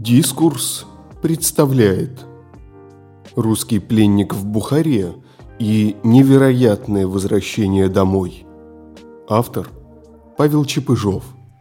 Дискурс представляет «Русский пленник в Бухаре» и «Невероятное возвращение домой». Автор Павел Чепыжов.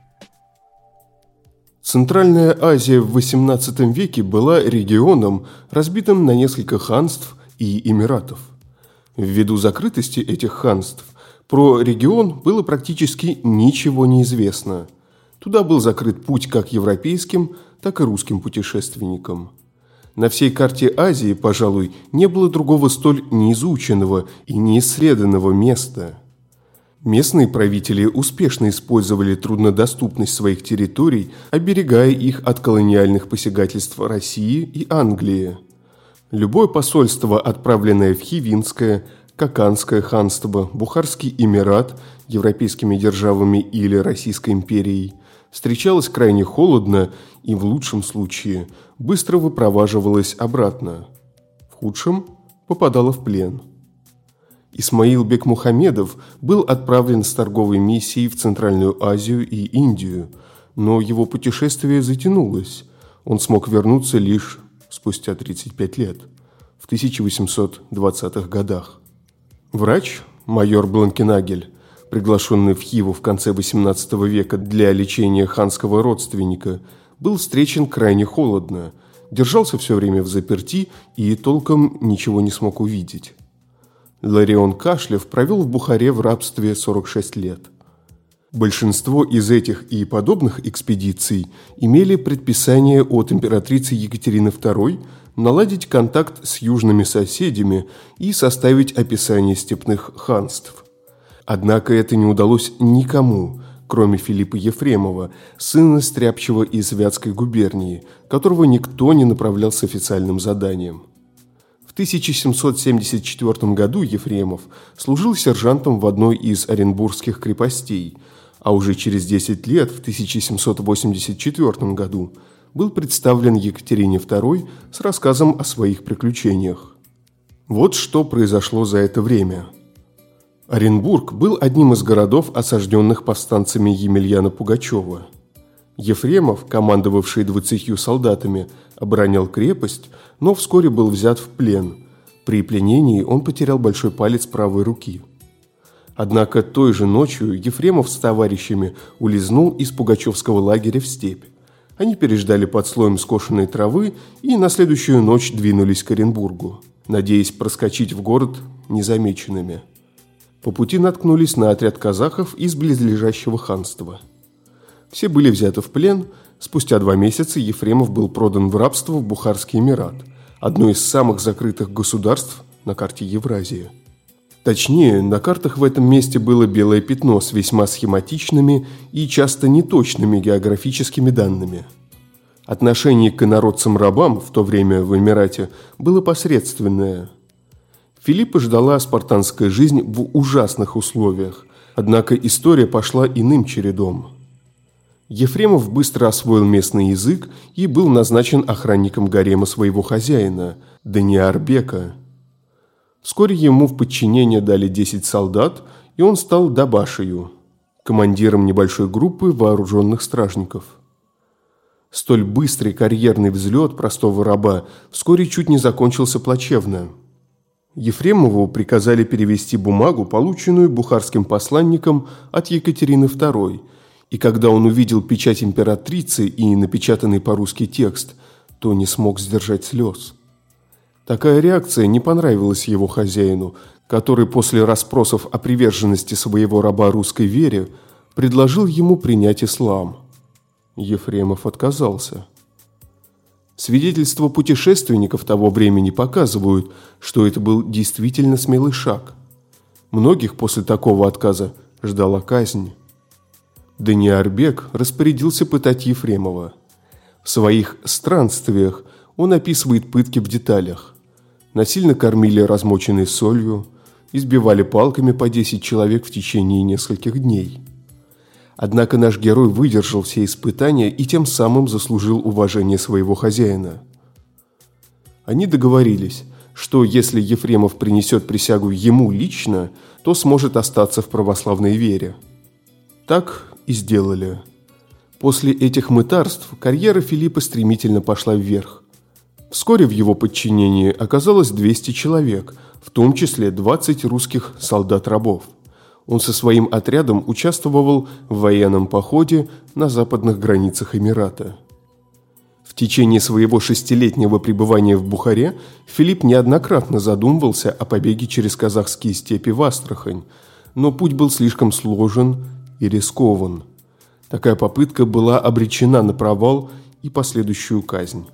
Центральная Азия в XVIII веке была регионом, разбитым на несколько ханств и эмиратов. Ввиду закрытости этих ханств про регион было практически ничего не известно. Туда был закрыт путь как европейским, так и русским путешественникам. На всей карте Азии, пожалуй, не было другого столь неизученного и неисследованного места. Местные правители успешно использовали труднодоступность своих территорий, оберегая их от колониальных посягательств России и Англии. Любое посольство, отправленное в Хивинское, Каканское ханство, Бухарский эмират, европейскими державами или Российской империей, встречалось крайне холодно и, в лучшем случае, быстро выпроваживалось обратно. В худшем попадало в плен. Исмаил Бек Мухамедов был отправлен с торговой миссией в Центральную Азию и Индию, но его путешествие затянулось. Он смог вернуться лишь спустя 35 лет, в 1820-х годах. Врач, майор Бланкенагель, приглашенный в Хиву в конце XVIII века для лечения ханского родственника, был встречен крайне холодно, держался все время взаперти и толком ничего не смог увидеть. Ларион Кашлев провел в Бухаре в рабстве 46 лет. Большинство из этих и подобных экспедиций имели предписание от императрицы Екатерины II наладить контакт с южными соседями и составить описание степных ханств. Однако это не удалось никому, кроме Филиппа Ефремова, сына стряпчего из Вятской губернии, которого никто не направлял с официальным заданием. В 1774 году Ефремов служил сержантом в одной из оренбургских крепостей, а уже через 10 лет, в 1784 году, был представлен Екатерине II с рассказом о своих приключениях. Вот что произошло за это время. Оренбург был одним из городов, осажденных повстанцами Емельяна Пугачева. Ефремов, командовавший 20 солдатами, оборонял крепость, но вскоре был взят в плен. При пленении он потерял большой палец правой руки. Однако той же ночью Ефремов с товарищами улизнул из пугачевского лагеря в степь. Они переждали под слоем скошенной травы и на следующую ночь двинулись к Оренбургу, надеясь проскочить в город незамеченными. По пути наткнулись на отряд казахов из близлежащего ханства. Все были взяты в плен. Спустя 2 месяца Ефремов был продан в рабство в Бухарский эмират, одно из самых закрытых государств на карте Евразии. Точнее, на картах в этом месте было белое пятно с весьма схематичными и часто неточными географическими данными. Отношение к инородцам-рабам в то время в Эмирате было посредственное. Филиппа ждала спартанская жизнь в ужасных условиях, однако история пошла иным чередом. Ефремов быстро освоил местный язык и был назначен охранником гарема своего хозяина, Даниарбека. Вскоре ему в подчинение дали 10 солдат, и он стал дабашею, командиром небольшой группы вооруженных стражников. Столь быстрый карьерный взлет простого раба вскоре чуть не закончился плачевно. Ефремову приказали перевести бумагу, полученную бухарским посланником от Екатерины II, и когда он увидел печать императрицы и напечатанный по-русски текст, то не смог сдержать слез. Такая реакция не понравилась его хозяину, который после расспросов о приверженности своего раба русской вере предложил ему принять ислам. Ефремов отказался. Свидетельства путешественников того времени показывают, что это был действительно смелый шаг. Многих после такого отказа ждала казнь. Даниарбек распорядился пытать Ефремова. В своих «Странствиях» он описывает пытки в деталях. Насильно кормили размоченной солью, избивали палками по 10 человек в течение нескольких дней. Однако наш герой выдержал все испытания и тем самым заслужил уважение своего хозяина. Они договорились, что если Ефремов принесет присягу ему лично, то сможет остаться в православной вере. Так и сделали. После этих мытарств карьера Филиппа стремительно пошла вверх. Вскоре в его подчинении оказалось 200 человек, в том числе 20 русских солдат-рабов. Он со своим отрядом участвовал в военном походе на западных границах Эмирата. В течение своего 6-летнего пребывания в Бухаре Филипп неоднократно задумывался о побеге через казахские степи в Астрахань, но путь был слишком сложен и рискован. Такая попытка была обречена на провал и последующую казнь.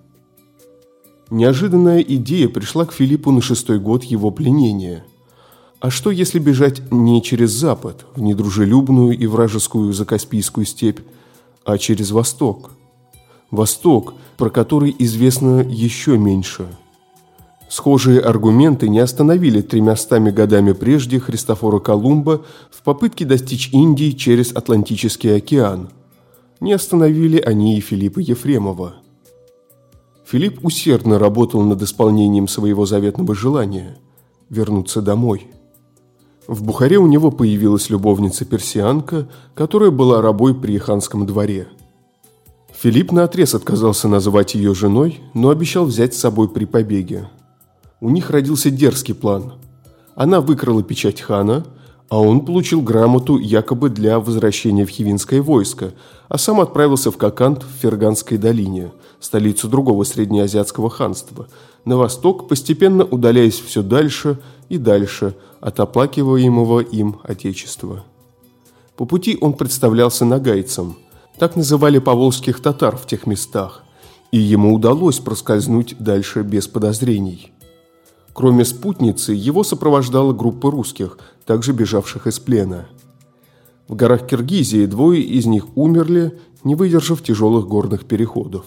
Неожиданная идея пришла к Филиппу на 6-й год его пленения. А что, если бежать не через запад, в недружелюбную и вражескую Закаспийскую степь, а через восток? Восток, про который известно еще меньше. Схожие аргументы не остановили 300 годами прежде Христофора Колумба в попытке достичь Индии через Атлантический океан. Не остановили они и Филиппа Ефремова. Филипп усердно работал над исполнением своего заветного желания – вернуться домой. В Бухаре у него появилась любовница-персианка, которая была рабой при ханском дворе. Филипп наотрез отказался называть ее женой, но обещал взять с собой при побеге. У них родился дерзкий план. Она выкрала печать хана, а он получил грамоту якобы для возвращения в хивинское войско, а сам отправился в Коканд в Ферганской долине, столицу другого среднеазиатского ханства, на восток, постепенно удаляясь все дальше и дальше от оплакиваемого им отечества. По пути он представлялся нагайцем, так называли поволжских татар в тех местах, и ему удалось проскользнуть дальше без подозрений. Кроме спутницы, его сопровождала группа русских, также бежавших из плена. В горах Киргизии 2 из них умерли, не выдержав тяжелых горных переходов.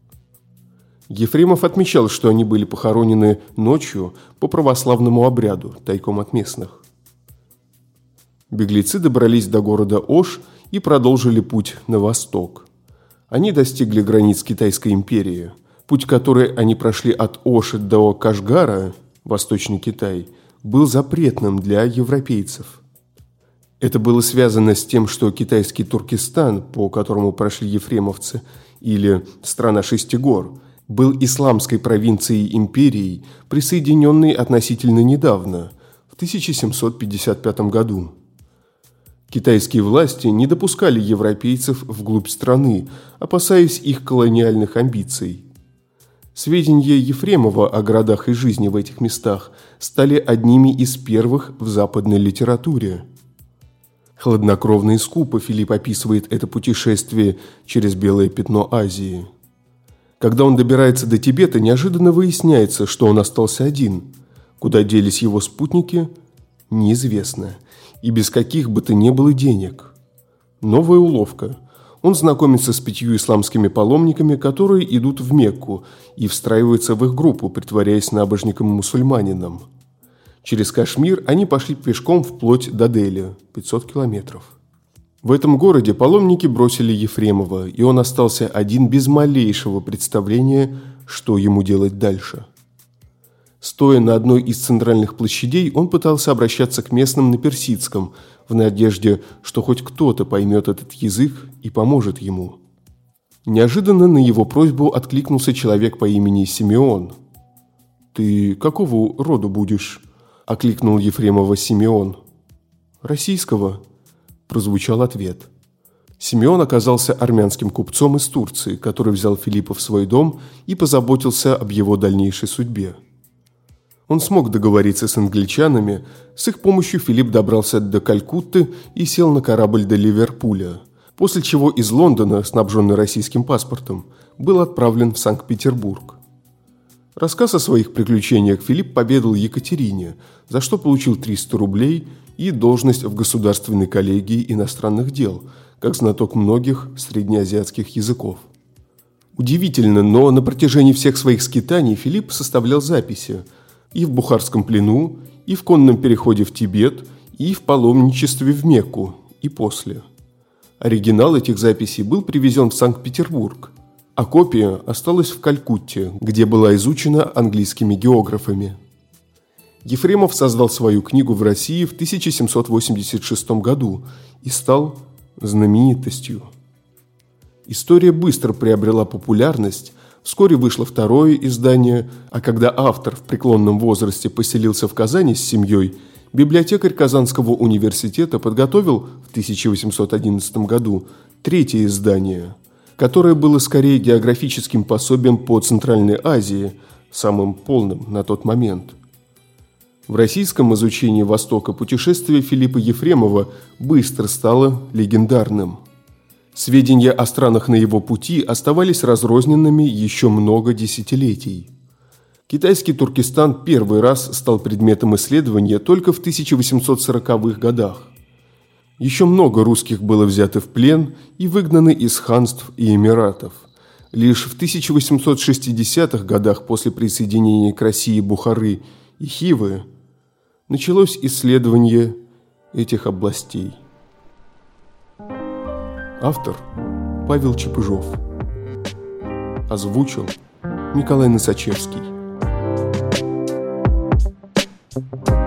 Ефремов отмечал, что они были похоронены ночью по православному обряду, тайком от местных. Беглецы добрались до города Ош и продолжили путь на восток. Они достигли границ Китайской империи. Путь, который они прошли от Оши до Кашгара, Восточный Китай, был запретным для европейцев. Это было связано с тем, что китайский Туркестан, по которому прошли ефремовцы, или страна шести гор, был исламской провинцией империи, присоединенной относительно недавно, в 1755 году. Китайские власти не допускали европейцев вглубь страны, опасаясь их колониальных амбиций. Сведения Ефремова о городах и жизни в этих местах стали одними из первых в западной литературе. Хладнокровно и скупо Филипп описывает это путешествие через белое пятно Азии. Когда он добирается до Тибета, неожиданно выясняется, что он остался один. Куда делись его спутники, неизвестно, и без каких бы то ни было денег. Новая уловка. Он знакомится с 5 исламскими паломниками, которые идут в Мекку, и встраивается в их группу, притворяясь набожником-мусульманином. Через Кашмир они пошли пешком вплоть до Дели, 500 километров. В этом городе паломники бросили Ефремова, и он остался один без малейшего представления, что ему делать дальше. Стоя на одной из центральных площадей, он пытался обращаться к местным на персидском, в надежде, что хоть кто-то поймет этот язык и поможет ему. Неожиданно на его просьбу откликнулся человек по имени Симеон. «Ты какого роду будешь?» – окликнул Ефремова Симеон. «Российского», – прозвучал ответ. Симеон оказался армянским купцом из Турции, который взял Филиппа в свой дом и позаботился об его дальнейшей судьбе. Он смог договориться с англичанами, с их помощью Филипп добрался до Калькутты и сел на корабль до Ливерпуля, после чего из Лондона, снабженный российским паспортом, был отправлен в Санкт-Петербург. Рассказ о своих приключениях Филипп поведал Екатерине, за что получил 300 рублей и должность в Государственной коллегии иностранных дел, как знаток многих среднеазиатских языков. Удивительно, но на протяжении всех своих скитаний Филипп составлял записи и в бухарском плену, и в конном переходе в Тибет, и в паломничестве в Мекку, и после. Оригинал этих записей был привезен в Санкт-Петербург, а копия осталась в Калькутте, где была изучена английскими географами. Ефремов создал свою книгу в России в 1786 году и стал знаменитостью. История быстро приобрела популярность, вскоре вышло второе издание, а когда автор в преклонном возрасте поселился в Казани с семьей, библиотекарь Казанского университета подготовил в 1811 году третье издание, которое было скорее географическим пособием по Центральной Азии, самым полным на тот момент. В российском изучении Востока путешествие Филиппа Ефремова быстро стало легендарным. Сведения о странах на его пути оставались разрозненными еще много десятилетий. Китайский Туркестан первый раз стал предметом исследования только в 1840-х годах. Еще много русских было взято в плен и выгнаны из ханств и эмиратов. Лишь в 1860-х годах после присоединения к России Бухары и Хивы началось исследование этих областей. Автор Павел Чепыжов. Озвучил Николай Носачевский.